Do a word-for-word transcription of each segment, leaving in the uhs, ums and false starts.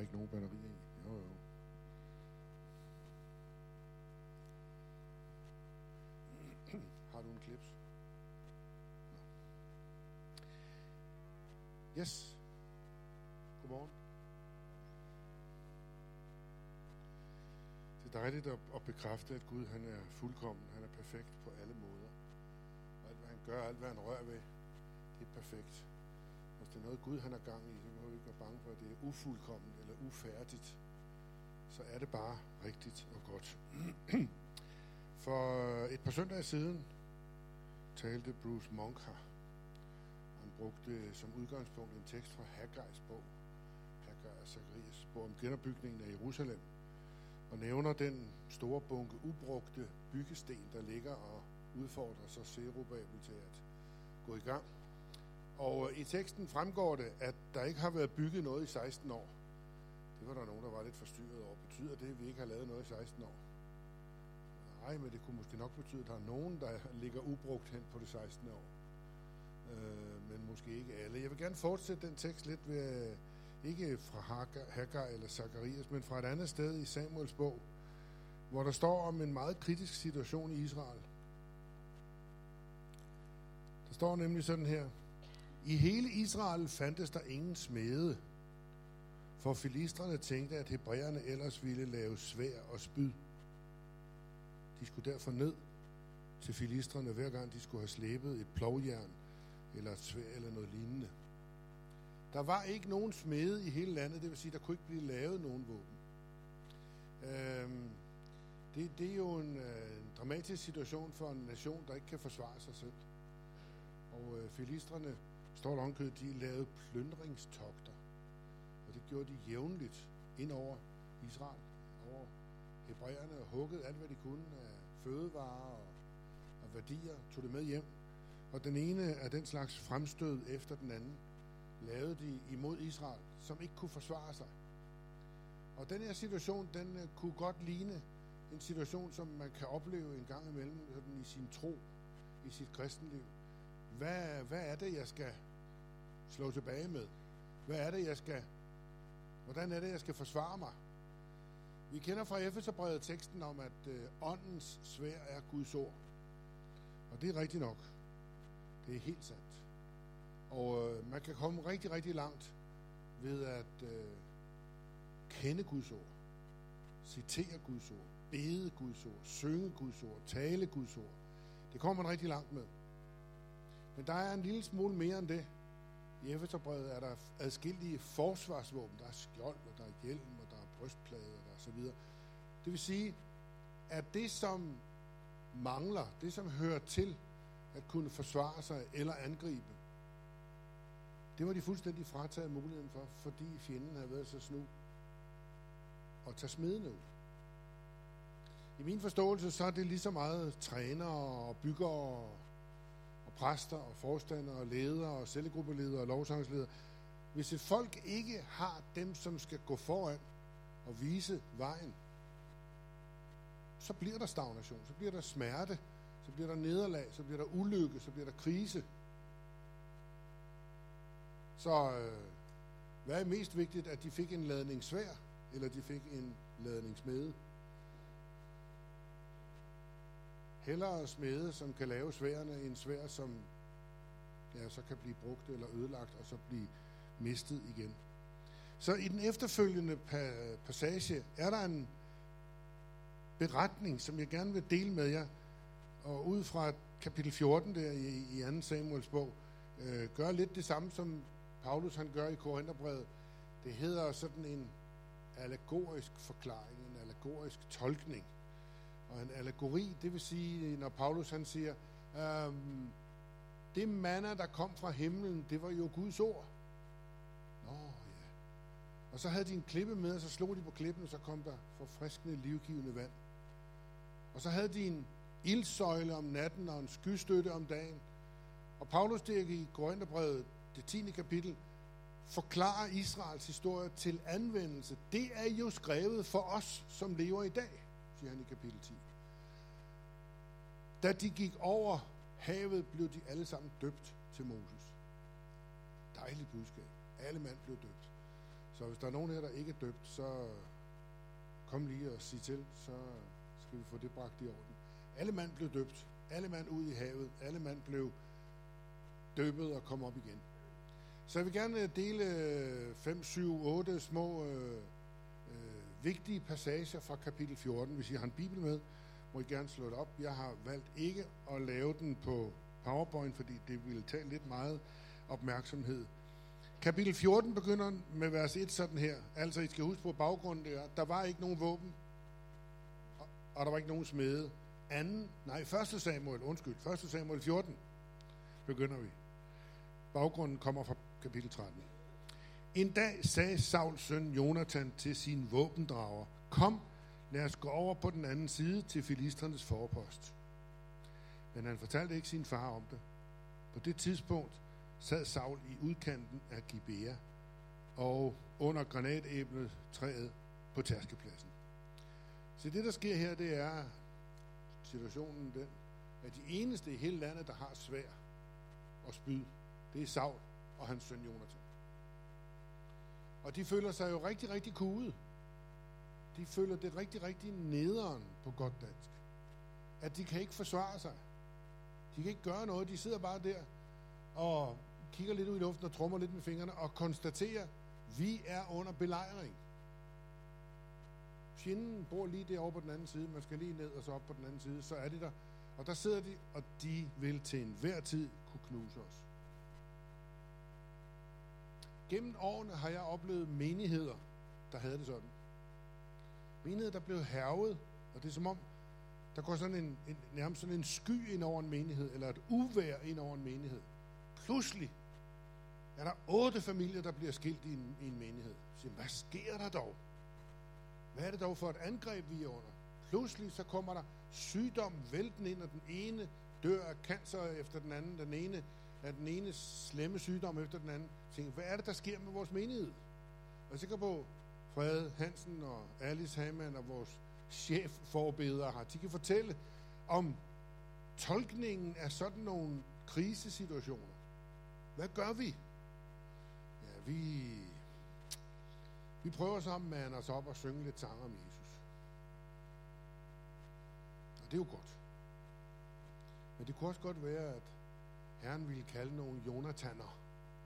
ikke nogen batterier i. Jo, jo. Har du en klips? No. Yes. Godmorgen. Det er dejligt at, at bekræfte, at Gud han er fuldkommen. Han er perfekt på alle måder. Og alt hvad han gør, alt hvad han rører ved, det er perfekt. Hvis det er noget Gud han har gang i, så må vi ikke være bange for, at det er ufuldkommen eller ufærdigt. Så er det bare rigtigt og godt. For et par søndage siden talte Bruce Monk her. Han brugte som udgangspunkt en tekst fra Haggais bog, Haggai og Zakarias bog om genopbygningen af Jerusalem, og nævner den store bunke ubrugte byggesten, der ligger og udfordrer så Zerubabel til at gå i gang. Og i teksten fremgår det, at der ikke har været bygget noget i seksten år. Det var der nogen, der var lidt forstyrret over. Betyder det, at vi ikke har lavet noget i seksten år? Nej, men det kunne måske nok betyde, at der er nogen, der ligger ubrugt hen på det sekstende år. Øh, men måske ikke alle. Jeg vil gerne fortsætte den tekst lidt ved, ikke fra Haggai eller Zakarias, men fra et andet sted i Samuels bog, hvor der står om en meget kritisk situation i Israel. Der står nemlig sådan her: i hele Israel fandtes der ingen smede, for filistrene tænkte, at hebræerne ellers ville lave sværd og spyd. De skulle derfor ned til filistrene, hver gang de skulle have slæbet et plovjern eller et sværd eller noget lignende. Der var ikke nogen smede i hele landet, det vil sige, der kunne ikke blive lavet nogen våben. Øhm, det, det er jo en, øh, en dramatisk situation for en nation, der ikke kan forsvare sig selv. Og øh, filistrene, står der omkødet, de lavede plyndringstogter. Og det gjorde de jævnligt ind over Israel, over hebræerne, og huggede alt, hvad de kunne af fødevarer og, og værdier, tog det med hjem. Og den ene af den slags fremstød efter den anden lavede de imod Israel, som ikke kunne forsvare sig. Og den her situation, den uh, kunne godt ligne en situation, som man kan opleve en gang imellem sådan i sin tro, i sit kristenliv. Hvad, hvad er det, jeg skal slå tilbage med? Hvad er det, jeg skal... Hvordan er det, jeg skal forsvare mig? Vi kender fra Efeserbrevet teksten om, at øh, åndens sværd er Guds ord. Og det er rigtigt nok. Det er helt sandt. Og øh, man kan komme rigtig, rigtig langt ved at øh, kende Guds ord, citere Guds ord, bede Guds ord, synge Guds ord, tale Guds ord. Det kommer man rigtig langt med. Men der er en lille smule mere end det. I Efeserbrevet er der adskillige forsvarsvåben. Der er skjold, og der er hjelm, og der er brystplade, og der er så videre. Det vil sige, at det, som mangler, det, som hører til at kunne forsvare sig eller angribe, det var de fuldstændig frataget muligheden for, fordi fjenden havde været så snu og tage smedene ud. I min forståelse, så er det lige så meget trænere og byggere og præster og forstandere og ledere og cellegruppeledere og lovsangsledere. Hvis et folk ikke har dem, som skal gå foran og vise vejen, så bliver der stagnation, så bliver der smerte, så bliver der nederlag, så bliver der ulykke, så bliver der krise. Så øh, hvad er mest vigtigt, at de fik en ladning svær, eller de fik en ladning smede? Hellere smede, som kan lave sværene, end svær, som ja, så kan blive brugt eller ødelagt, og så blive mistet igen. Så i den efterfølgende pa- passage er der en beretning, som jeg gerne vil dele med jer, og ud fra kapitel fjorten der i, i anden Samuels bog, øh, gør lidt det samme, som Paulus han gør i Korintherbrevet. Det hedder sådan en allegorisk forklaring, en allegorisk tolkning. Og en allegori, det vil sige, når Paulus han siger, øhm, det manna, der kom fra himlen, det var jo Guds ord. Nå ja. Og så havde de en klippe med, og så slog de på klippen, og så kom der forfriskende, livgivende vand. Og så havde de en ildsøjle om natten og en skystøtte om dagen. Og Paulus der i Korintherbrevet, det tiende kapitel, forklarer Israels historie til anvendelse. Det er jo skrevet for os, som lever i dag, siger han i kapitel ti. Da de gik over havet, blev de alle sammen døbt til Moses. Dejligt budskab. Alle mand blev døbt. Så hvis der er nogen her, der ikke er døbt, så kom lige og sig til, så skal vi få det bragt i orden. Alle mand blev døbt. Alle mand ud i havet. Alle mand blev døbet og kom op igen. Så jeg vil gerne dele fem, syv, otte små øh, øh, vigtige passager fra kapitel fjorten. Hvis I har en bibel med, må I gerne slå det op. Jeg har valgt ikke at lave den på PowerPoint, fordi det ville tage lidt meget opmærksomhed. Kapitel fjorten begynder med vers et sådan her. Altså, I skal huske på baggrunden der. Der var ikke nogen våben, og der var ikke nogen smede. Anden, nej, første Samuel, undskyld, første Samuel fjorten begynder vi. Baggrunden kommer fra kapitel tretten. En dag sagde Sauls søn Jonathan til sin våbendrager, kom, lad os gå over på den anden side til filistrenes forpost. Men han fortalte ikke sin far om det. På det tidspunkt sad Saul i udkanten af Gibea og under granatæblet træet på tærskepladsen. Så det, der sker her, det er situationen den, at de eneste i hele landet, der har sværd og spyd, det er Saul og hans søn Jonathan. Og de føler sig jo rigtig, rigtig kuget. De føler det rigtig, rigtig nederen på godt dansk. At de kan ikke forsvare sig. De kan ikke gøre noget. De sidder bare der og kigger lidt ud i luften og trommer lidt med fingrene og konstaterer, vi er under belejring. Fjenden bor lige derovre på den anden side. Man skal lige ned og så op på den anden side. Så er de der. Og der sidder de, og de vil til enhver tid kunne knuse os. Gennem årene har jeg oplevet menigheder, der havde det sådan. Menigheder, der blev hærget, og det er som om, der går sådan en, en, nærmest sådan en sky ind over en menighed, eller et uvejr ind over en menighed. Pludselig er der otte familier, der bliver skilt i en, i en menighed. Så, hvad sker der dog? Hvad er det dog for et angreb, vi er under? Pludselig så kommer der sygdom vælten ind, og den ene dør af cancer efter den anden, den ene af den ene slemme sygdom efter den anden. Jeg tænker, hvad er det, der sker med vores menighed? Og jeg tænker på Frede Hansen og Alice Hamann og vores chefforbedere her. De kan fortælle om tolkningen af sådan nogle krisesituationer. Hvad gør vi? Ja, vi, vi prøver så at mande os op og synge lidt sange om Jesus. Og det er jo godt. Men det kunne også godt være, at Herren ville kalde nogle Jonathaner,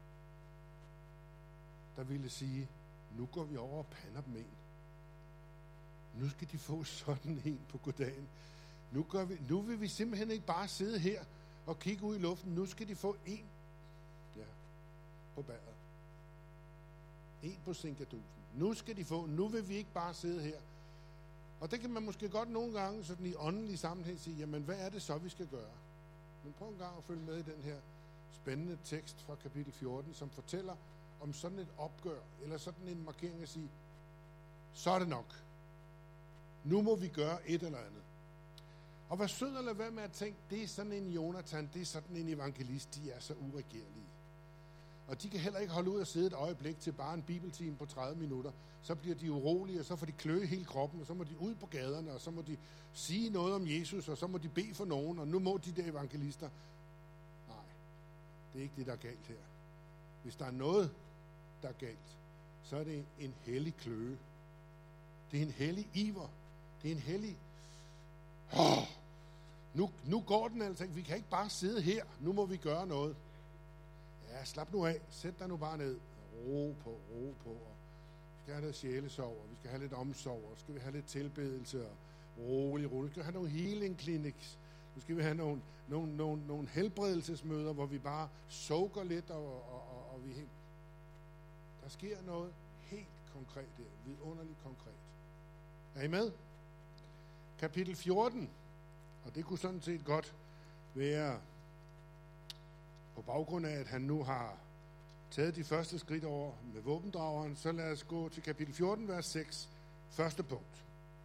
der ville sige, nu går vi over og pander dem en. Nu skal de få sådan en på goddagen. Nu, gør vi, nu vil vi simpelthen ikke bare sidde her og kigge ud i luften. Nu skal de få en ja, på bæret. En på sinkadusen. Nu skal de få, nu vil vi ikke bare sidde her. Og det kan man måske godt nogle gange sådan i åndelig sammenhæng sige, jamen hvad er det så, vi skal gøre? Men prøv en gang at følge med i den her spændende tekst fra kapitel fjorten, som fortæller om sådan et opgør, eller sådan en markering at sige, så er det nok. Nu må vi gøre et eller andet. Og hvad sød at lade være med at tænke, det er sådan en Jonathan, det er sådan en evangelist, de er så uregerlige. Og de kan heller ikke holde ud og sidde et øjeblik til bare en bibeltime på tredive minutter. Så bliver de urolige, og så får de kløe hele kroppen, og så må de ud på gaderne, og så må de sige noget om Jesus, og så må de bede for nogen, og nu må de der evangelister. Nej, det er ikke det, der er galt her. Hvis der er noget, der er galt, så er det en hellig kløe. Det er en hellig iver. Det er en hellig... Oh, nu, nu går den altså ikke. Vi kan ikke bare sidde her. Nu må vi gøre noget. Ja, slap nu af. Sæt dig nu bare ned. Ro på, ro på. Og vi skal have lidt sjælesorg, og vi skal have lidt omsorg, og skal vi have lidt tilbedelse, og rolig, rolig. Vi skal have nogle healing clinics. Nu skal vi have nogle, nogle, nogle, nogle helbredelsesmøder, hvor vi bare soaker lidt, og, og, og, og vi helt... Der sker noget helt konkret der. Vidunderligt konkret. Er I med? Kapitel fjorten. Og det kunne sådan set godt være på baggrund af, at han nu har taget de første skridt over med våbendrageren. Så lad os gå til kapitel fjorten, vers seks. Første punkt.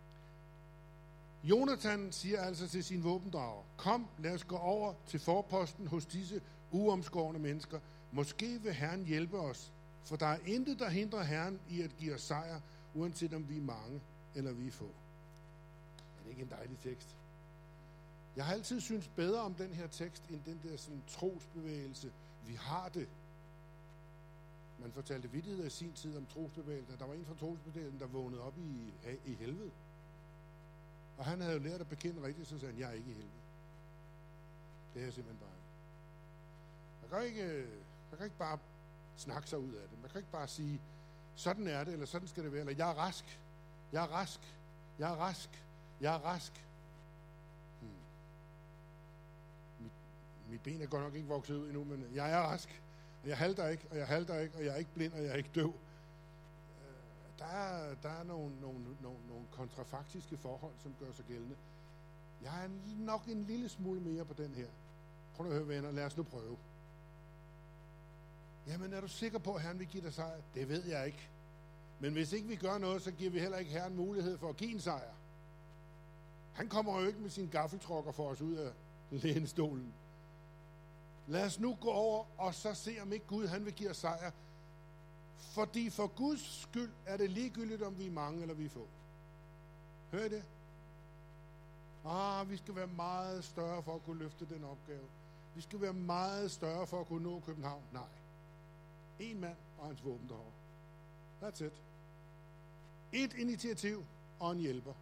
Jonathan siger altså til sin våbendrager, kom, lad os gå over til forposten hos disse uomskårne mennesker. Måske vil Herren hjælpe os, for der er intet, der hindrer Herren i at give os sejr, uanset om vi er mange eller vi er få. Er det ikke en dejlig tekst? Jeg har altid syntes bedre om den her tekst, end den der sådan trosbevægelse. Vi har det. Man fortalte vittigheder i sin tid om trosbevægelsen. Der var en fra trosbevægelsen, der vågnede op i, i helvede. Og han havde jo lært at bekende rigtigt, så sagde han, jeg er ikke i helvede. Det er jeg simpelthen bare ikke. Man kan ikke, man kan ikke bare snakke sig ud af det. Man kan ikke bare sige, sådan er det, eller sådan skal det være, eller jeg er rask, jeg er rask, jeg er rask, jeg er rask. Hmm. Mit, mit ben er godt nok ikke vokset ud endnu, men jeg er rask. Jeg halter ikke, og jeg halter ikke, og jeg er ikke blind, og jeg er ikke døv. Der er, der er nogle, nogle, nogle, nogle kontrafaktiske forhold, som gør sig gældende. Jeg er nok en lille smule mere på den her. Prøv at høre, venner, lad os nu prøve. Jamen, er du sikker på, at Herren vil give dig sejr? Det ved jeg ikke. Men hvis ikke vi gør noget, så giver vi heller ikke Herren mulighed for at give en sejr. Han kommer jo ikke med sin gaffeltrukker for os ud af lænestolen. Lad os nu gå over og så se, om ikke Gud han vil give os sejr. Fordi for Guds skyld er det ligegyldigt, om vi er mange eller vi er få. Hører I det? Ah, vi skal være meget større for at kunne løfte den opgave. Vi skal være meget større for at kunne nå København. Nej. En mand og hans våben derovre. That's it. Et initiativ og en hjælper.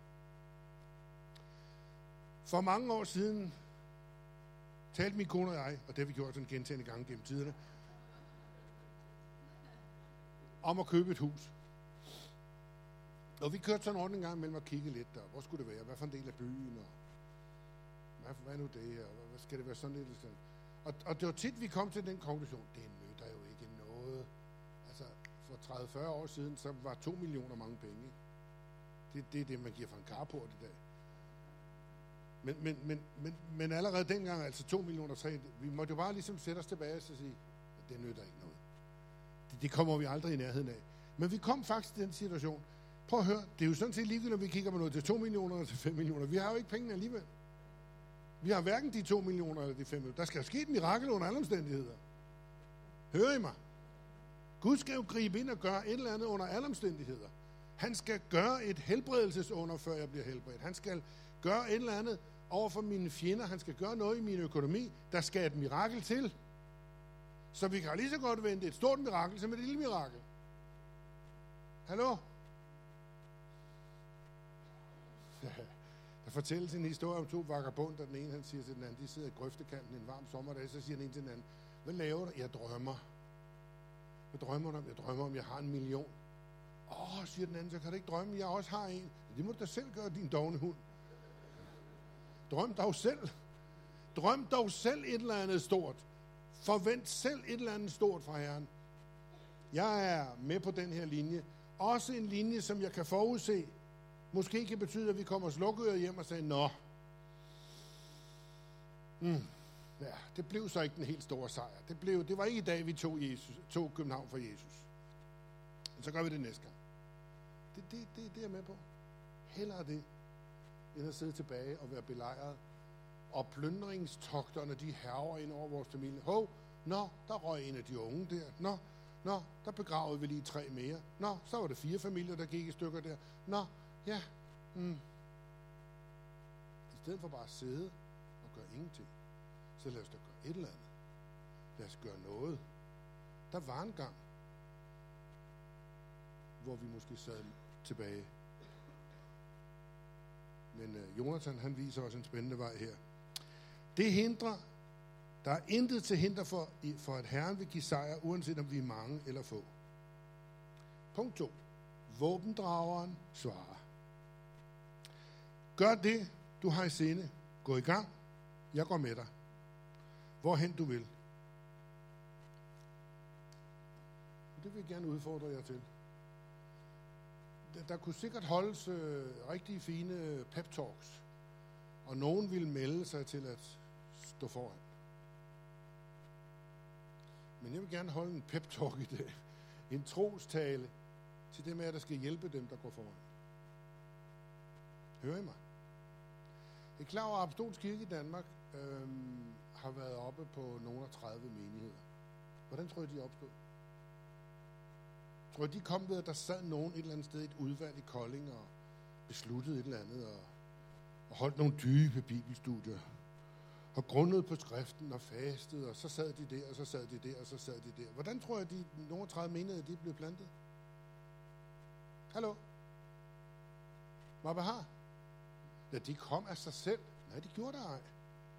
For mange år siden talte min kone og jeg, og det har vi gjort sådan gentagne gange gennem tiderne, om at købe et hus. Og vi kørte sådan rundt en gang mellem at kigge lidt der. Hvor skulle det være? Hvad for en del af byen? Og hvad, hvad nu det her? Hvad skal det være sådan lidt? Sådan? Og, og det var tit, vi kom til den konklusion. Det nytter jo ikke noget. Altså, for tredive til fyrre år siden, så var to millioner mange penge. Det, det er det, man giver for en carport i dag. Men, men, men, men, men allerede dengang, altså to millioner tre, vi måtte jo bare ligesom sætte os tilbage og sige, at det nytter ikke noget. Det, det kommer vi aldrig i nærheden af. Men vi kom faktisk til den situation. Prøv at høre, det er jo sådan set ligegyldigt, når vi kigger på noget til to millioner eller til fem millioner. Vi har jo ikke pengene alligevel. Vi har hverken de to millioner eller de fem millioner. Der skal ske et mirakel under alle omstændigheder. Hører I mig? Gud skal jo gribe ind og gøre et eller andet under alle omstændigheder. Han skal gøre et helbredelsesunder, før jeg bliver helbredt. Han skal gøre et eller andet over for mine fjender. Han skal gøre noget i min økonomi. Der skal et mirakel til. Så vi kan lige så godt vente et stort mirakel som et lille mirakel. Hallo? Der fortælles en historie om to vagabunder. Den ene han siger til den anden, de sidder i grøftekanten en varm sommerdag, så siger den ene til den anden, hvad laver du? Jeg drømmer. Hvad drømmer du om? Jeg drømmer om, jeg har en million. Åh, oh, siger den anden, så kan du ikke drømme, jeg også har en. Det må du da selv gøre, din dovne hund. Drøm dog selv. Drøm dog selv et eller andet stort. Forvent selv et eller andet stort fra Herren. Jeg er med på den her linje. Også en linje, som jeg kan forudse, måske kan betyde, at vi kommer slukøret hjem og siger, nå, mm, ja, det blev så ikke den helt store sejr. Det, blev, det var ikke i dag, vi tog, Jesus, tog København for Jesus. Men så gør vi det næste gang. Det, det, det, det er jeg med på. Hellere det, end at sidde tilbage og være belejret. Og plyndringstogterne, de hærger ind over vores familie. Hov, nå, der røg en af de unge der. Nå, nå, der begravede vi lige tre mere. Nå, så var det fire familier, der gik i stykker der. Nå, ja, mm. I stedet for bare at sidde og gøre ingenting, så lad os da gøre et eller andet. Lad os gøre noget. Der var en gang, hvor vi måske sad tilbage. Men uh, Jonathan, han viser os en spændende vej her. Det hindrer, der er intet til hinder for, for at Herren vil give sejr, uanset om vi er mange eller få. Punkt to. Våbendrageren svarer. Gør det, du har i sinde. Gå i gang. Jeg går med dig. Hvorhen du vil. Det vil jeg gerne udfordre jer til. Der kunne sikkert holdes øh, rigtig fine pep-talks, og nogen ville melde sig til at stå foran. Men jeg vil gerne holde en pep-talk i dag. En trostale til dem af, der skal hjælpe dem, der går foran. Hører I mig? Jeg er klar over, at Apostolsk Kirke i Danmark øh, har været oppe på nogle af tredive menigheder. Hvordan tror I, de opstod? Tror jeg, de kom ved, at der sad nogen et eller andet sted i et udvalg i Kolding og besluttede et eller andet og, og holdt nogle dybe bibelstudier og grundede på skriften og fastede, og så sad de der, og så sad de der, og så sad de der. Hvordan tror jeg, at de nogle tredive menigheder, de blev plantet? Hallo? Hvad har? Ja, de kom af sig selv. Nej, de gjorde det ej.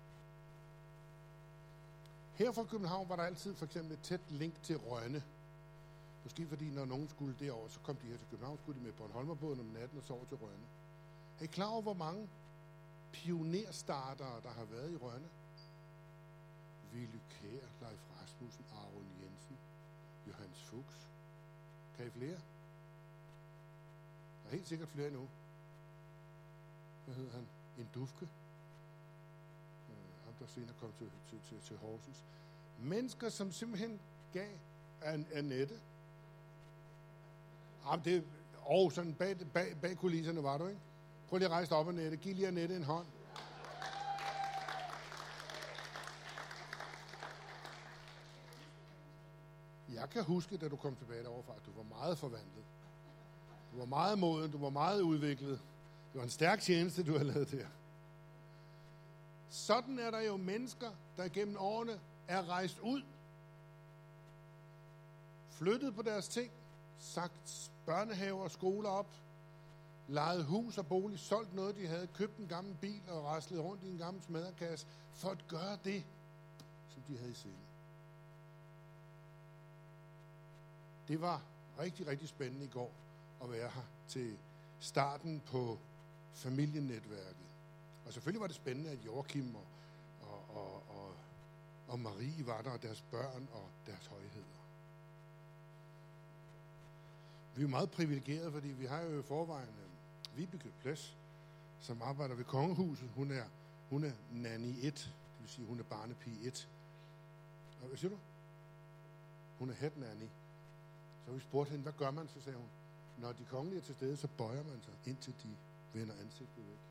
Her fra København var der altid for eksempel et tæt link til Rønne. Måske fordi, når nogen skulle derover, så kom de her til København, skulle de med Bornholmerbåden om natten og sov til Rønne. Er I klar over, hvor mange pionerstartere, der har været i Rønne? Willy Kjær, Leif Rasmussen, Aron Jensen, Johannes Fuchs. Kan I flere? Der er helt sikkert flere endnu. Hvad hedder han? En Dufke. Ham, der senere kom til, til, til, til Horsens. Mennesker, som simpelthen gav An- Annette. Jamen, det, og sådan bag, bag, bag kulisserne var du, ikke? Prøv lige at rejse dig op, Annette. Giv lige Annette en hånd. Jeg kan huske, da du kom tilbage deroverfra, at du var meget forvandlet. Du var meget moden, du var meget udviklet. Det var en stærk tjeneste, du har lavet der. Sådan er der jo mennesker, der gennem årene er rejst ud, flyttet på deres ting, sagt børnehaver og skoler op, lejet hus og bolig, solgt noget, de havde, købt en gammel bil og raslet rundt i en gammel smadderkasse, for at gøre det, som de havde i sinde. Det var rigtig, rigtig spændende i går at være her til starten på familienetværket. Og selvfølgelig var det spændende, at Joachim og, og, og, og, og Marie var der, og deres børn og deres højheder. Vi er meget privilegerede, fordi vi har jo i forvejen uh, Vibeke Plads, som arbejder ved Kongehuset. Hun er, hun er nanny et, det vil sige, hun er barnepige et. Og hvad siger du? Hun er head nanny. Så vi spurgte hende, hvad gør man? Så sagde hun, når de kongelige er til stede, så bøjer man sig, indtil de vender ansigtet væk.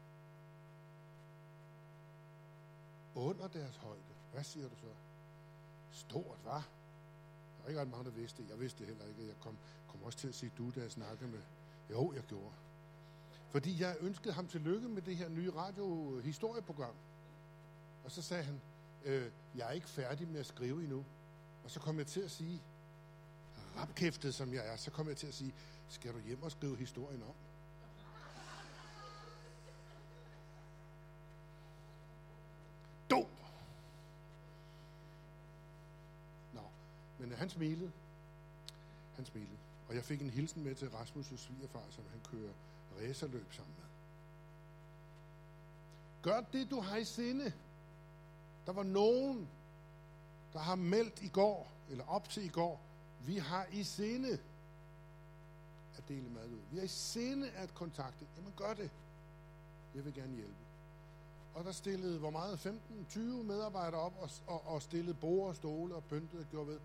Under deres højde. Hvad siger du så? Stort, hva'? Der var ikke ret mange, der vidste det. Jeg vidste det heller ikke. Jeg kom, kom også til at sige du, da jeg snakkede med. Jo, jeg gjorde. Fordi jeg ønskede ham tillykke med det her nye radiohistorieprogram. Og så sagde han, øh, jeg er ikke færdig med at skrive endnu. Og så kom jeg til at sige, rapkæftet som jeg er, så kom jeg til at sige, skal du hjem og skrive historien om? Do! Nå, men han smilede. Han smilede. Og jeg fik en hilsen med til Rasmus' svigerfar, som han kører racerløb sammen med. Gør det, du har i sinde. Der var nogen, der har meldt i går, eller op til i går, vi har i sinde at dele mad ud. Vi har i sinde at kontakte. Jamen gør det. Jeg vil gerne hjælpe. Og der stillede, hvor meget, femten tyve medarbejdere op, og, og, og stillede borde og stole og pyntede og gjorde ved.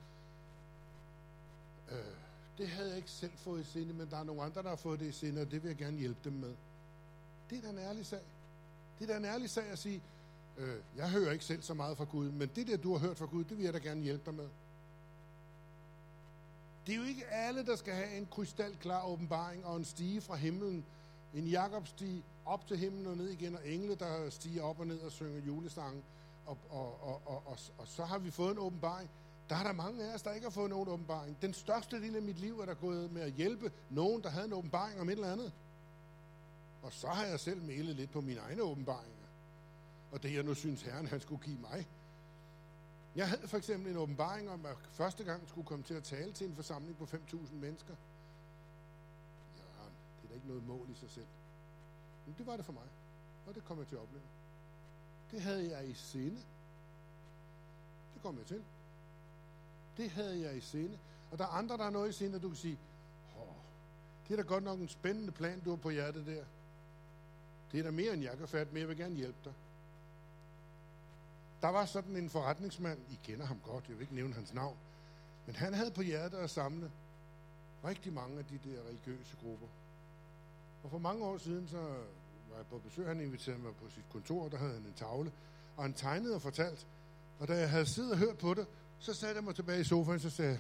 Øh, det havde jeg ikke selv fået i sinde, men der er nogle andre, der har fået det i sinde, og det vil jeg gerne hjælpe dem med. Det er da en ærlig sag. Det er da en ærlig sag at sige, øh, jeg hører ikke selv så meget fra Gud, men det der, du har hørt fra Gud, det vil jeg da gerne hjælpe dig med. Det er jo ikke alle, der skal have en krystalklar åbenbaring og en stige fra himlen. En Jakobstige op til himlen og ned igen, og engle, der stiger op og ned og synger julesange. Og, og, og, og, og, og så har vi fået en åbenbaring. Der er der mange af os, der ikke har fået nogen åbenbaring. Den største del af mit liv er der gået med at hjælpe nogen, der havde en åbenbaring om et eller andet. Og så har jeg selv mailet lidt på mine egne åbenbaringer. Og det jeg nu synes, Herren han skulle give mig. Jeg havde for eksempel en åbenbaring om, at første gang skulle komme til at tale til en forsamling på fem tusind mennesker. Ja, det er da ikke noget mål i sig selv. Men det var det for mig, og det kom jeg til at opleve. Det havde jeg i sinde. Det kom jeg til. Det havde jeg i sinde. Og der er andre, der har noget i sinde, og du kan sige, åh, det er da godt nok en spændende plan, du har på hjertet der. Det er da mere end jeg kan fatte, men jeg vil gerne hjælpe dig. Der var sådan en forretningsmand, I kender ham godt, jeg vil ikke nævne hans navn, men han havde på hjertet at samle rigtig mange af de der religiøse grupper. Og for mange år siden, så var jeg på besøg, han inviterede mig på sit kontor, der havde han en tavle, og han tegnede og fortalt. Og da jeg havde siddet og hørt på det, så satte jeg mig tilbage i sofaen, så sagde jeg,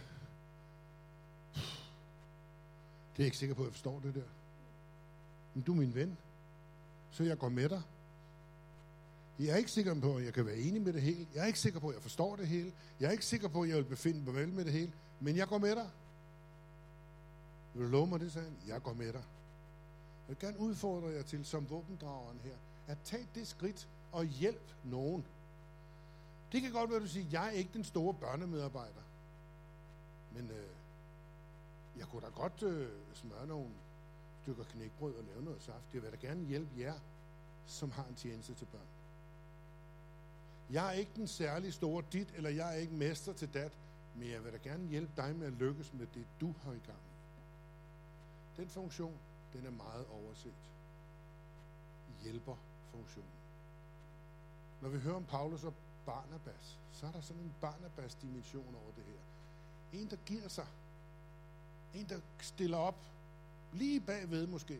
det er jeg ikke sikker på, at jeg forstår det der. Men du er min ven, så jeg går med dig. Jeg er ikke sikker på, at jeg kan være enig med det hele. Jeg er ikke sikker på, at jeg forstår det hele. Jeg er ikke sikker på, at jeg vil befinde mig vel med det hele. Men jeg går med dig. Vil du love mig det, sagde han? Jeg går med dig. Jeg vil gerne udfordre jer til, som våbendrageren her, at tage det skridt og hjælpe nogen. Det kan godt være, at du siger, jeg er ikke den store børnemedarbejder. Men øh, jeg kunne da godt øh, smøre nogle stykker knækbrød og lave noget saft. Jeg vil da gerne hjælpe jer, som har en tjeneste til børn. Jeg er ikke den særlig store dit, eller jeg er ikke mester til dat, men jeg vil da gerne hjælpe dig med at lykkes med det, du har i gang. Den funktion, den er meget overset. Hjælperfunktionen. Når vi hører om Paulus og Barnabas, så er der sådan en Barnabas-dimension over det her. En, der giver sig. En, der stiller op. Lige bagved måske.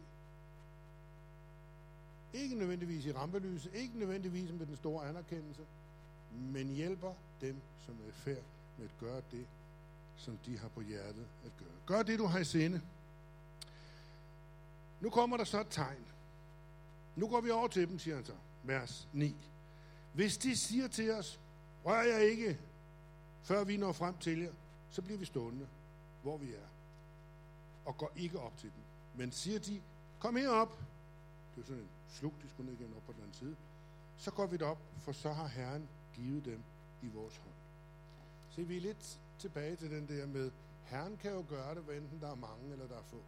Ikke nødvendigvis i rampelyset, ikke nødvendigvis med den store anerkendelse, men hjælper dem, som er i færd med at gøre det, som de har på hjertet at gøre. Gør det, du har i sinde. Nu kommer der så et tegn. Nu går vi over til dem, siger han så. Vers ni. Hvis de siger til os, rør jer ikke, før vi når frem til jer, så bliver vi stående, hvor vi er, og går ikke op til dem. Men siger de, kom herop, det er sådan en slug, de skulle ned igen op på den anden side, så går vi derop, for så har Herren givet dem i vores hånd. Så vi er lidt tilbage til den der med, Herren kan jo gøre det, hvad enten der er mange eller der er få.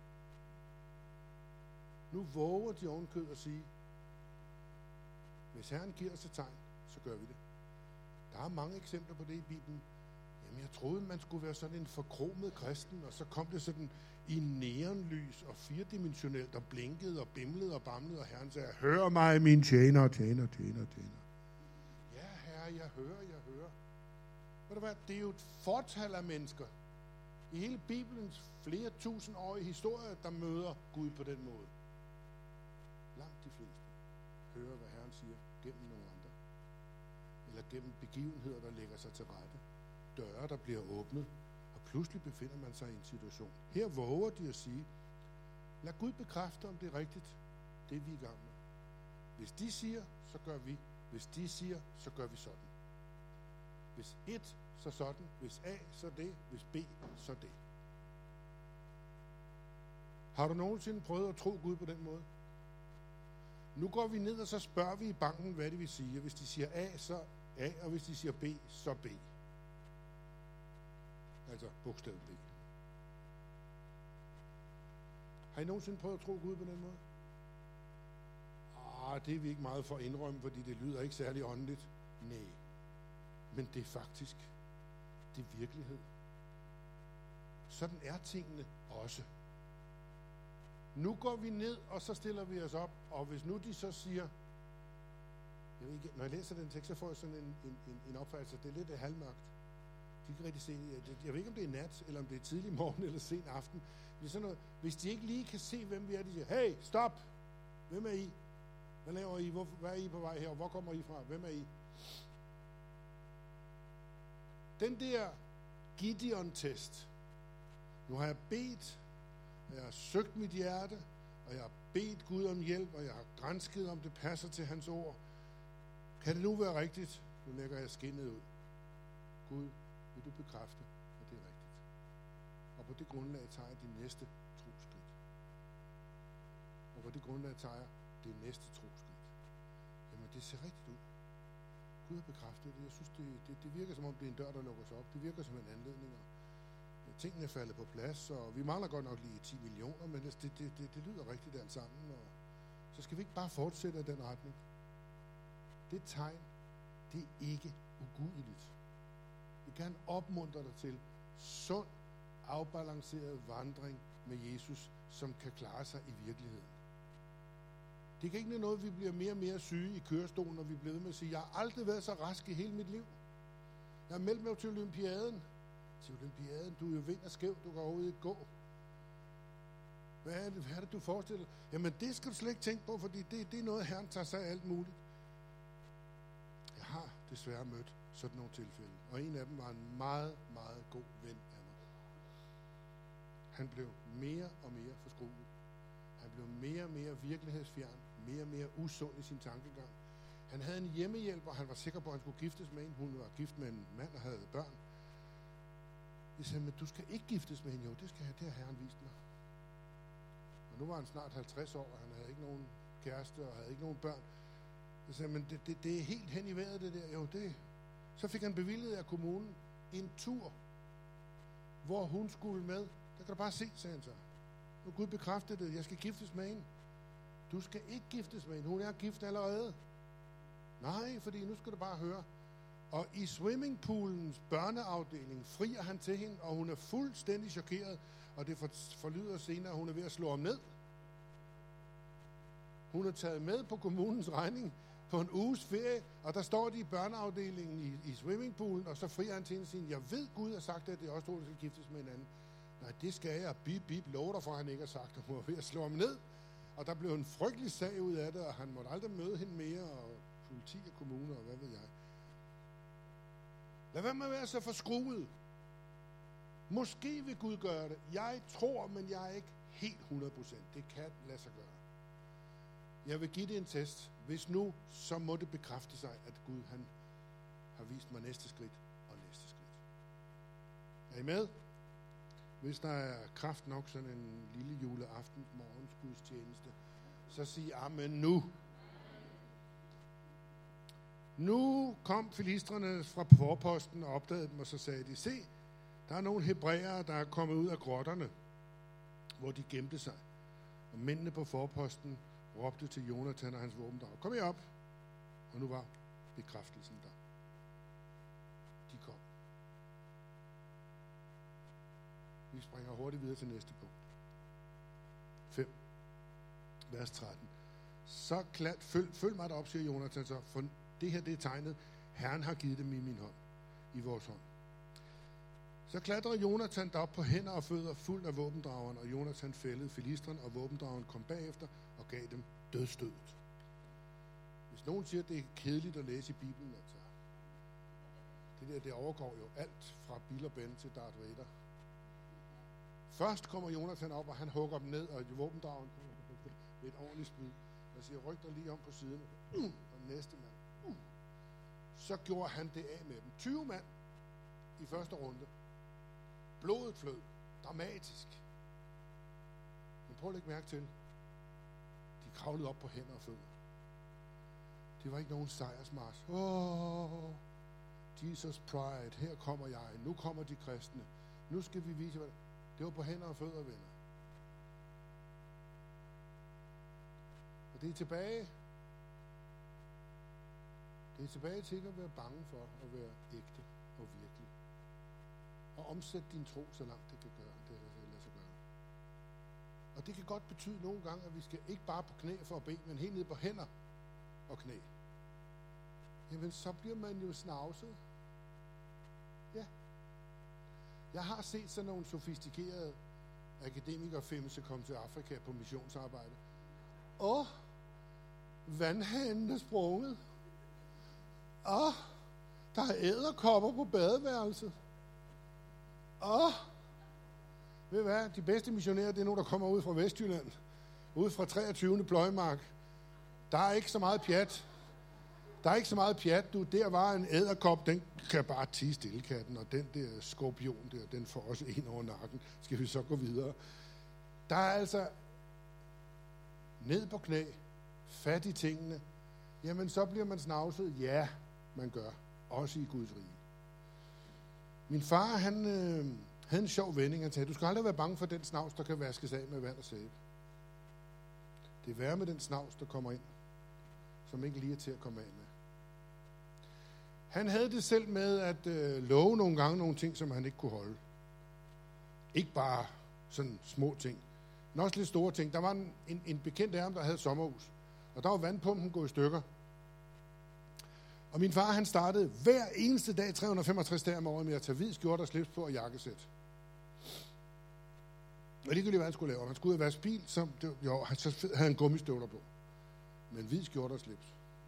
Nu våger de ovenkød at sige, hvis Herren giver os et tegn, så gør vi det. Der er mange eksempler på det i Bibelen. Jamen, jeg troede, man skulle være sådan en forkromet kristen, og så kom det sådan i neonlys og firedimensionelt, og blinkede og bimlede og bamlede, og Herren sagde, hør mig, min tjener, tjener, tjener, tjener. Ja, Herre, jeg hører, jeg hører. Ved du hvad, det er jo et fortal af mennesker i hele Bibelens flere tusind år i historie, der møder Gud på den måde. Langt de fleste hører, hvad Herren siger, gennem nogle andre. Eller gennem begivenheder, der lægger sig til rette. Døre, der bliver åbnet, og pludselig befinder man sig i en situation. Her våger de at sige, lad Gud bekræfte, om det er rigtigt, det vi er i gang med. Hvis de siger, så gør vi. Hvis de siger, så gør vi sådan. Hvis et, så sådan. Hvis A, så det. Hvis B, så det. Har du nogensinde prøvet at tro Gud på den måde? Nu går vi ned, og så spørger vi i banken, hvad det vil sige. Hvis de siger A, så A, og hvis de siger B, så B. Altså bogstav B. Har I nogensinde prøvet at tro Gud på den måde? Ah, det er vi ikke meget for at indrømme, fordi det lyder ikke særlig åndeligt. Nej. Men det er faktisk, det er virkelighed. Sådan er tingene også. Nu går vi ned, og så stiller vi os op, og hvis nu de så siger, jeg ved ikke, når jeg læser den tekst, så får jeg sådan en, en, en, en opfattelse, det er lidt halvmørkt. De kan rigtig se det. Jeg ved ikke, om det er nat, eller om det er tidlig morgen, eller sen aften. Det er sådan noget, hvis de ikke lige kan se, hvem vi er, de siger, hey, stop! Hvem er I? Hvad laver I? Hvor, hvad er I på vej her? Hvor kommer I fra? Hvem er I? Den der Gideon-test. Nu har jeg bedt, og jeg har søgt mit hjerte, og jeg har bedt Gud om hjælp, og jeg har gransket, om det passer til hans ord. Kan det nu være rigtigt? Nu lægger jeg skinnet ud. Gud, vil du bekræfte, at det er rigtigt? Og på det grundlag tager jeg de næste troskridt. Og på det grundlag tager jeg det næste troskridt. Jamen, det ser rigtigt ud. Gud har bekræftet det. Jeg synes, det, det, det virker som om, det er en dør, der lukker sig op. Det virker som en anledning. Og tingene er faldet på plads, og vi mangler godt nok lige ti millioner, men det, det, det, det lyder rigtigt alt sammen. Og så skal vi ikke bare fortsætte i den retning. Det tegn, det er ikke ugudeligt. Vi kan opmuntre dig til sund, afbalanceret vandring med Jesus, som kan klare sig i virkeligheden. Det kan ikke noget, vi bliver mere og mere syge i kørestolen, når vi bliver ved med at sige, jeg har aldrig været så rask i hele mit liv. Jeg har meldt mig til olympiaden. Til olympiaden, du er jo vind og skæv, du kan overhovedet ikke gå. Hvad er det, hvad er det du forestiller? Jamen det skal du slet ikke tænke på, fordi det, det er noget, Herren tager sig af alt muligt. Jeg har desværre mødt sådan nogle tilfælde, og en af dem var en meget, meget god ven af mig. Han blev mere og mere forskruet. Han blev mere og mere virkelighedsfjern, mere og mere usund i sin tankegang. Han havde en hjemmehjælper, og han var sikker på, at han skulle giftes med en. Hun var gift med en mand og havde børn. Jeg sagde, men du skal ikke giftes med hende. Jo, det skal jeg, det har Herren vist mig. Og nu var han snart halvtreds år, og han havde ikke nogen kæreste, og havde ikke nogen børn. Jeg sagde, men det, det, det er helt hen i vejret, det der. Jo, det. Så fik han bevilget af kommunen en tur, hvor hun skulle med. Der kan du bare se, sagde han så. Nu Gud bekræftede det, jeg skal giftes med hende. Du skal ikke giftes med hende, hun er gift allerede. Nej, fordi nu skal du bare høre. Og i swimmingpoolens børneafdeling frier han til hende, og hun er fuldstændig chokeret, og det forlyder senere, at hun er ved at slå ham ned. Hun er taget med på kommunens regning på en uges ferie, og der står de i børneafdelingen i, i swimmingpoolen, og så frier han til hende og siger, jeg ved Gud har sagt, at det er også to, der skal giftes med hinanden. Nej, det skal jeg. Bip, bip, lover dig for, at han ikke har sagt, at hun var ved at slå ham ned. Og der blev en frygtelig sag ud af det, og han måtte aldrig møde hende mere, og politi og kommuner, og hvad ved jeg. Lad være med at være så forskruet. Måske vil Gud gøre det. Jeg tror, men jeg er ikke helt hundrede procent. Det kan lade sig gøre. Jeg vil give det en test. Hvis nu, så må det bekræfte sig, at Gud han har vist mig næste skridt og næste skridt. Er I med? Hvis der er kraft nok, sådan en lille juleaften, morgens gudstjeneste, så sig amen nu. Nu kom filistrene fra forposten og opdagede dem, og så sagde de, se, der er nogle hebræere, der er kommet ud af grotterne, hvor de gemte sig. Og mændene på forposten råbte til Jonatan og hans våbendrag, kom herop. Og nu var bekræftelsen der. De kom. Vi springer hurtigt videre til næste punkt. fem. Vers tretten. Så klat, følg, følg mig derop, siger Jonatan så, for det her det er tegnet. Herren har givet dem i min hånd, i vores hånd. Så klatrer Jonatan derop på hænder og fødder fuld af våbendrageren, og Jonatan fældede filisteren, og våbendrageren kom bagefter og gav dem dødsstødet. Hvis nogen siger, at det er kedeligt at læse i Bibelen, altså, det der, det overgår jo alt fra Bill og Ben til Darth Vader. Først kommer Jonatan op, og han hugger dem ned, og våbendrageren kommer med et ordentligt spyd, og siger, ryk dig lige om på siden, uh, og næste mand. Uh. Så gjorde han det af med dem. tyve mand i første runde. Blodet flød. Dramatisk. Men prøv at lægge mærke til. De kravlede op på hænder og fødder. Det var ikke nogen sejrsmarsch. Åh, oh, Jesus Pride, her kommer jeg. Nu kommer de kristne. Nu skal vi vise, hvad det Det var på hænder og fødder, venner. Og det er tilbage. Det er tilbage til ikke at være bange for at være ægte og virkelig. Og omsætte din tro, så langt det kan gøre. Det lader sig gøre. Og det kan godt betyde nogle gange, at vi skal ikke bare på knæ for at bede, men helt ned på hænder og knæ. Jamen, så bliver man jo snavset. Ja. Jeg har set sådan nogle sofistikerede akademikerfemse komme til Afrika på missionsarbejde. Åh, vandhanen er sprunget. Åh, der er edderkopper på badeværelset. Åh, ved du hvad? De bedste missionærer, det er nogen, der kommer ud fra Vestjylland. Ud fra treogtyvende pløjemark. Der er ikke så meget pjat. Der er ikke så meget pjat, du. Der var en edderkop, den kan bare tige stille, katten. Og den der skorpion der, den får også en over nakken. Skal vi så gå videre? Der er altså ned på knæ, fat i tingene. Jamen, så bliver man snavset. Ja, man gør. Også i Guds rige. Min far, han øh, havde en sjov vending. Han sagde, du skal aldrig være bange for den snavs, der kan vaskes af med vand og sæbe. Det er værre med den snavs, der kommer ind, som ikke lige er til at komme af med. Han havde det selv med at øh, love nogle gange nogle ting, som han ikke kunne holde. Ikke bare sådan små ting, men også lidt store ting. Der var en, en, en bekendt af ham, der havde et sommerhus, og der var vandpumpen gået i stykker. Og min far, han startede hver eneste dag, tre hundrede og femogtres dage om året, med at tage hvid skjorte og slips på og jakkesæt. Og det kunne lige hvad han skulle lave. Om han skulle ud og vaske bil, så, det, jo, så havde han gummistøvler på. Men hvid skjorte og slips.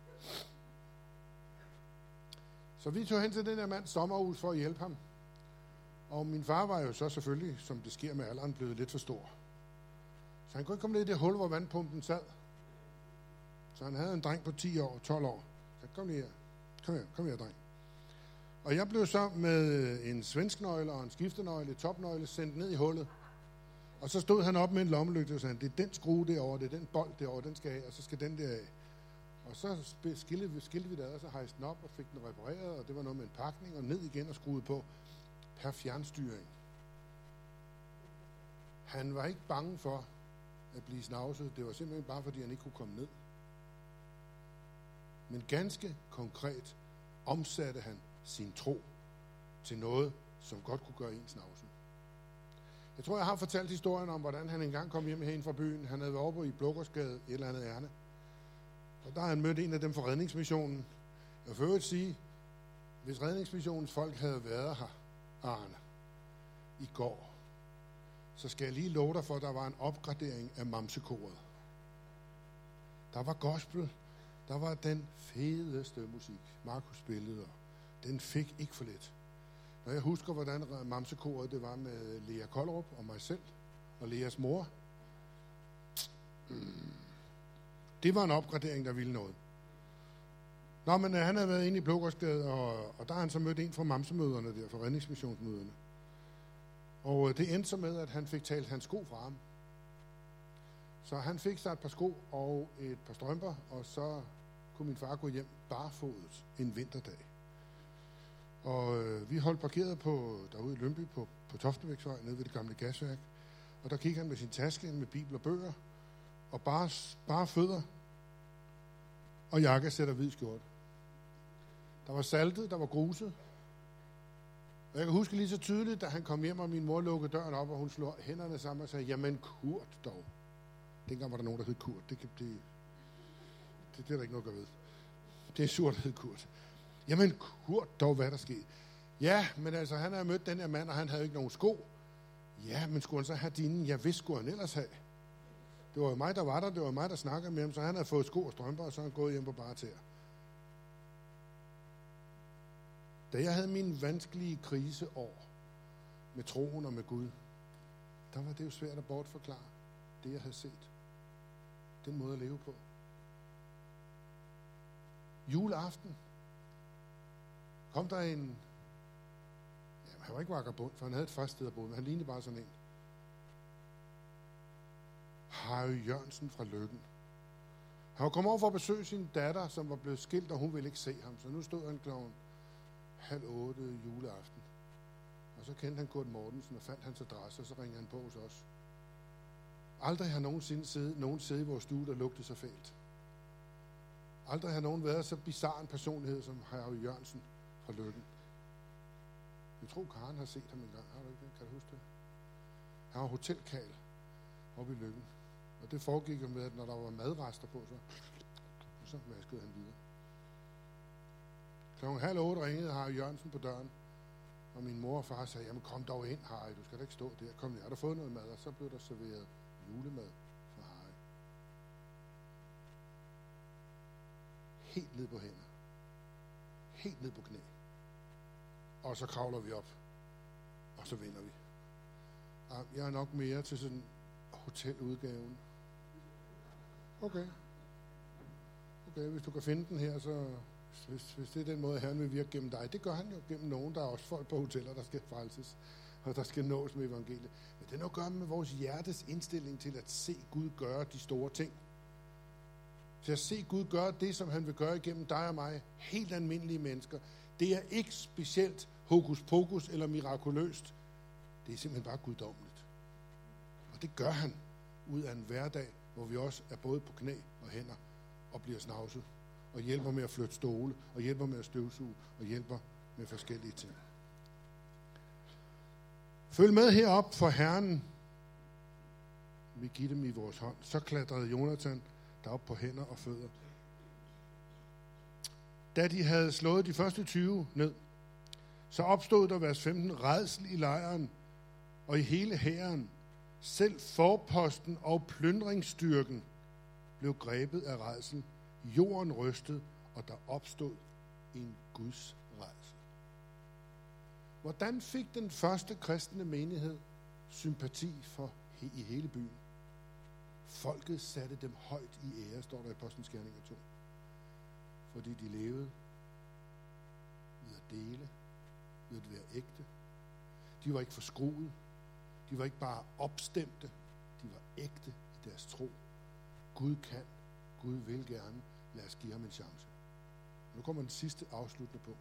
Så vi tog hen til den der mands sommerhus for at hjælpe ham. Og min far var jo så selvfølgelig, som det sker med alderen, blevet lidt for stor. Så han kunne ikke komme ned i det hul, hvor vandpumpen sad. Så han havde en dreng på ti år, tolv år. Så kom lige her. Kom her, kom her, dreng. Og jeg blev så med en svensknøgle og en skiftenøgle, topnøgle, sendt ned i hullet. Og så stod han op med en lommelygte og sagde, det er den skrue derovre, det er den bold derovre, den skal af, og så skal den der af. Og så skilte vi, skilte vi der, og så hejste den op og fik den repareret, og det var noget med en pakning, og ned igen og skruede på per fjernstyring. Han var ikke bange for at blive snavset, det var simpelthen bare, fordi han ikke kunne komme ned. Men ganske konkret omsatte han sin tro til noget, som godt kunne gøre en snavset. Jeg tror, jeg har fortalt historien om, hvordan han engang kom hjem herinde fra byen. Han havde været oppe i Blågårdsgade, et eller andet ærne. Og der har han mødt en af dem fra redningsmissionen. Jeg vil sige, hvis redningsmissionens folk havde været her, Arne, i går, så skal jeg lige love dig for, at der var en opgradering af mamsekoret. Der var gospel, der var den fedeste musik, Markus spillede, og den fik ikke for lidt. Når jeg husker, hvordan mamsekoret det var med Lea Koldrup og mig selv, og Leas mor, det var en opgradering, der ville noget. Nå, men han havde været inde i Blågårdsgade, og, og der har han så mødt en fra mamsemøderne der, fra redningsmissionsmøderne. Og det endte så med, at han fik talt hans sko fra ham. Så han fik sig et par sko og et par strømper, og så kunne min far gå hjem barfodet en vinterdag. Og øh, vi holdt parkeret på, derude i Lønby på, på Toftevæksvej, nede ved det gamle gasværk. Og der gik han med sin taske med bibel og bøger, og bare, bare fødder, og jakkesæt og hvid skjorte. Der var saltet, der var gruset. Og jeg kan huske lige så tydeligt, da han kom hjem, og min mor lukkede døren op, og hun slog hænderne sammen og sagde, jamen Kurt dog. Dengang var der nogen, der hed Kurt. Det, det, det, det er der ikke noget at gøre ved. Det er surt, der hed Kurt. Jamen Kurt dog, hvad der skete? Ja, men altså, han havde mødt den her mand, og han havde ikke nogen sko. Ja, men skulle han så have dine? Ja, hvis skulle han ellers have? Det var jo mig, der var der. Det var mig, der snakkede med ham, så han havde fået sko og strømper, og så han gået hjem på bare tæer. Da jeg havde mine vanskelige kriseår med troen og med Gud, der var det jo svært at bortforklare det, jeg havde set. Den måde at leve på. Juleaften kom der en, jamen, han var ikke vagabond, for han havde et fast sted at bo, men han lignede bare sådan en. Harry Jørgensen fra Løkken. Han var kommet over for at besøge sin datter, som var blevet skilt, og hun ville ikke se ham, så nu stod han klokken halv otte juleaften. Og så kendte han Kurt Mortensen og fandt hans adresse, og så ringede han på hos os. Aldrig har nogensinde siddet, nogen siddet i vores stue, der lugtede så fælt. Aldrig har nogen været så bizarre en personlighed som Harry Jørgensen fra Løkken. Jeg tror, Karen har set ham en gang. Har du ikke det? Kan du huske det? Han var hotelkal oppe i Løkken. Og det foregik jo med, at når der var madrester på, så, så vaskede han videre. Klokken halv otte ringede Harry Jørgensen på døren, og min mor og far sagde, jamen kom dog ind, Harry, du skal da ikke stå der. Kom ned, har du fået noget mad? Og så blev der serveret julemad for Harry. Helt ned på hænder. Helt ned på knæ. Og så kravler vi op, og så vinder vi. Jeg er nok mere til sådan hoteludgaven. Okay. Okay, hvis du kan finde den her, så hvis, hvis det er den måde, Herren vil virke gennem dig. Det gør han jo gennem nogen. Der er også folk på hoteller, der skal frelses, og der skal nås med evangeliet. Men det er noget at gøre med vores hjertes indstilling til at se Gud gøre de store ting. Til at se Gud gøre det, som han vil gøre igennem dig og mig. Helt almindelige mennesker. Det er ikke specielt hokus pokus eller mirakuløst. Det er simpelthen bare guddommeligt. Og det gør han ud af en hverdag, hvor vi også er både på knæ og hænder og bliver snavset. Og hjælper med at flytte stole, og hjælper med at støvsuge, og hjælper med forskellige ting. Følg med herop, for Herren vil give dem i vores hånd. Så klatrede Jonathan derop på hænder og fødder. Da de havde slået de første tyve ned, så opstod der vers femten rædsel i lejren og i hele hæren. Selv forposten og plyndringsstyrken blev grebet af rædsel. Jorden rystede, og der opstod en Guds rædsel. Hvordan fik den første kristne menighed sympati for i hele byen? Folket satte dem højt i ære, står der i Apostlenes Gerninger to. fordi de levede ved at dele, ved at være ægte. De var ikke forskruet. De var ikke bare opstemte. De var ægte i deres tro. Gud kan. Gud vil gerne. Lad os give ham en chance. Nu kommer den sidste afsluttende punkt.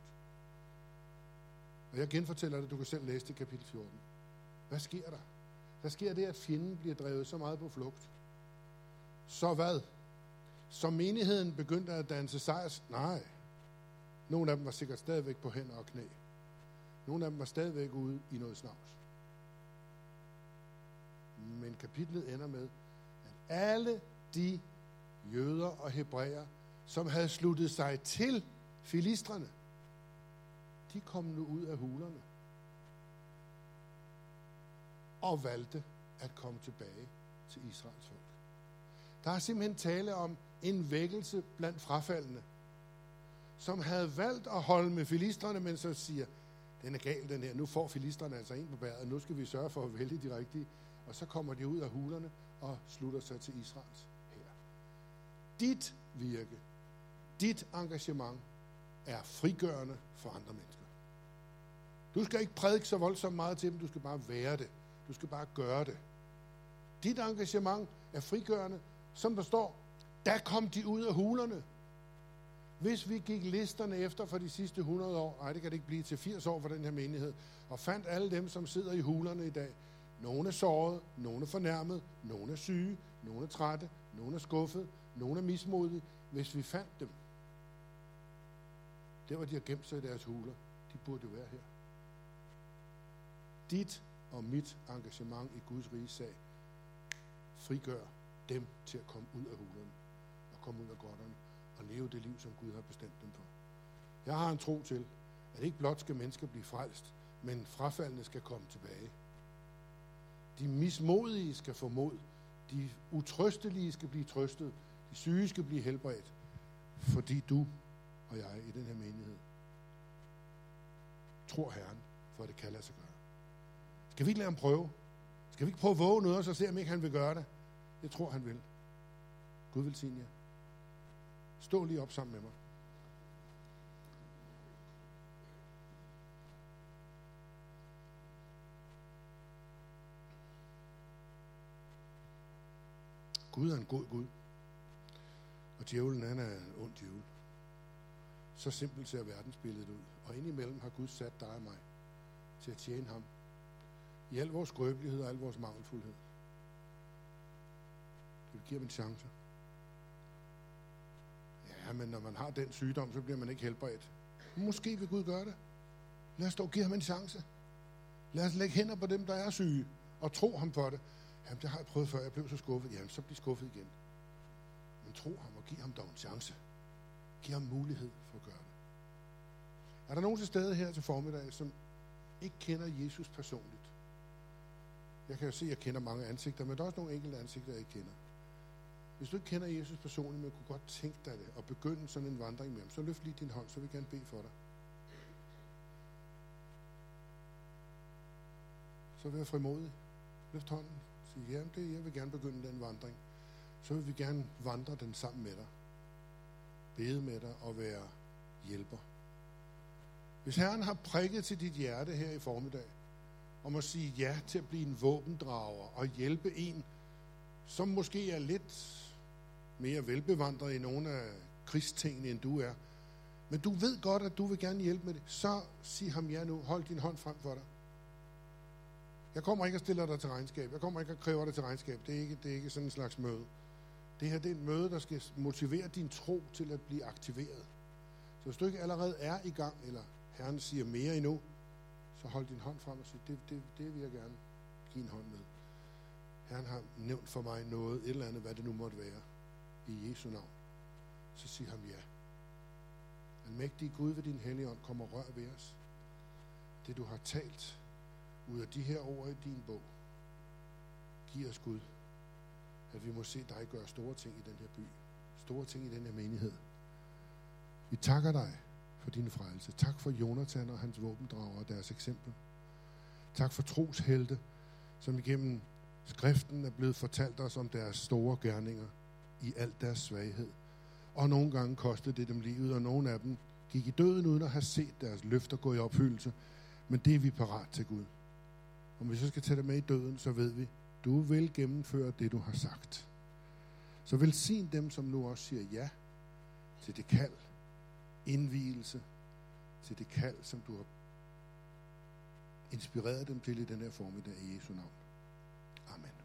Og jeg genfortæller det, du kan selv læse det i kapitel fjorten. Hvad sker der? Der sker det, at fjenden bliver drevet så meget på flugt. Så hvad? Så menigheden begyndte at danse sejrs? Nej. Nogle af dem var sikkert stadigvæk på hænder og knæ. Nogle af dem var stadigvæk ude i noget snavs. Men kapitlet ender med, at alle de jøder og hebræer, som havde sluttet sig til filistrene, de kom nu ud af hulerne og valgte at komme tilbage til Israels folk. Der er simpelthen tale om en vækkelse blandt frafaldne, som havde valgt at holde med filistrene, men så siger, den er gal den her, nu får filistrene altså en på bæret, nu skal vi sørge for at vælge de rigtige. Og så kommer de ud af hulerne og slutter sig til Israels hær. Dit virke, dit engagement er frigørende for andre mennesker. Du skal ikke prædike så voldsomt meget til dem, du skal bare være det. Du skal bare gøre det. Dit engagement er frigørende, som der står, der kom de ud af hulerne. Hvis vi gik listerne efter for de sidste hundrede år, nej, det kan det ikke blive til firs år for den her menighed, og fandt alle dem, som sidder i hulerne i dag. Nogle er såret, nogle er fornærmet, nogle er syge, nogle er trætte, nogle er skuffet, nogle er mismodige. Hvis vi fandt dem, der hvor de har gemt sig i deres huler, de burde jo være her. Dit og mit engagement i Guds riges sag frigør dem til at komme ud af hulerne og komme ud af grotterne og leve det liv, som Gud har bestemt dem for. Jeg har en tro til, at ikke blot skal mennesker blive frelst, men frafaldne skal komme tilbage. De mismodige skal få mod. De utrøstelige skal blive trøstet. De syge skal blive helbredt. Fordi du og jeg i den her menighed tror Herren, for det kan lade sig gøre. Skal vi ikke lade ham prøve? Skal vi ikke prøve at våge noget, og så se, om ikke han vil gøre det? Jeg tror, han vil. Gud velsigne jer. Stå lige op sammen med mig. Gud er en god Gud. Og djævlen, han er en ond djævel. Så simpelt ser verdensbilledet ud. Og indimellem har Gud sat dig og mig til at tjene ham. I al vores skrøbelighed og al vores mangelfuldhed. Skal vi give ham en chance? Ja, men når man har den sygdom, så bliver man ikke helbredt. Måske vil Gud gøre det. Lad os dog give ham en chance. Lad os lægge hænder på dem, der er syge, og tro ham for det. Jamen, det har jeg prøvet før, jeg blev så skuffet. Jamen, så bliver skuffet igen. Men tro ham og giv ham dog en chance. Giv ham mulighed for at gøre det. Er der nogen til stede her til formiddag, som ikke kender Jesus personligt? Jeg kan jo se, at jeg kender mange ansigter, men der er også nogle enkelte ansigter, jeg ikke kender. Hvis du ikke kender Jesus personligt, men kunne godt tænke dig det, og begynde sådan en vandring med ham, så løft lige din hånd, så vil jeg gerne bede for dig. Så vær frimodig. Løft hånden. Sig, ja, det, jeg vil gerne begynde den vandring. Så vil vi gerne vandre den sammen med dig. Bede med dig og være hjælper. Hvis Herren har prikket til dit hjerte her i formiddag, om at sige ja til at blive en våbendrager og hjælpe en, som måske er lidt mere velbevandret i nogle af krigstingene, end du er, men du ved godt, at du vil gerne hjælpe med det, så sig ham ja nu. Hold din hånd frem for dig. Jeg kommer ikke og stiller dig til regnskab. Jeg kommer ikke og kræver dig til regnskab. Det er ikke, det er ikke sådan en slags møde. Det her det er et møde, der skal motivere din tro til at blive aktiveret. Så hvis du ikke allerede er i gang, eller Herren siger mere endnu, så hold din hånd frem og sig, det, det, det vil jeg gerne give en hånd med. Herren har nævnt for mig noget, et eller andet, hvad det nu måtte være, i Jesu navn. Så sig ham ja. Den mægtige Gud ved din hellige ånd kommer rør ved os. Det du har talt ud af de her ord i din bog, giv os Gud, at vi må se dig gøre store ting i den her by, store ting i den her menighed. Vi takker dig for din frelse. Tak for Jonathan og hans våbendrager og deres eksempel. Tak for troshelte, som igennem skriften er blevet fortalt os om deres store gerninger i al deres svaghed. Og nogle gange kostede det dem livet, og nogle af dem gik i døden uden at have set deres løfter gå i opfyldelse. Men det er vi parat til, Gud. Om vi så skal tage det med i døden, så ved vi, du vil gennemføre det, du har sagt. Så velsign dem, som nu også siger ja til det kald, indvielse, til det kald, som du har inspireret dem til i den her formiddag i Jesu navn. Amen.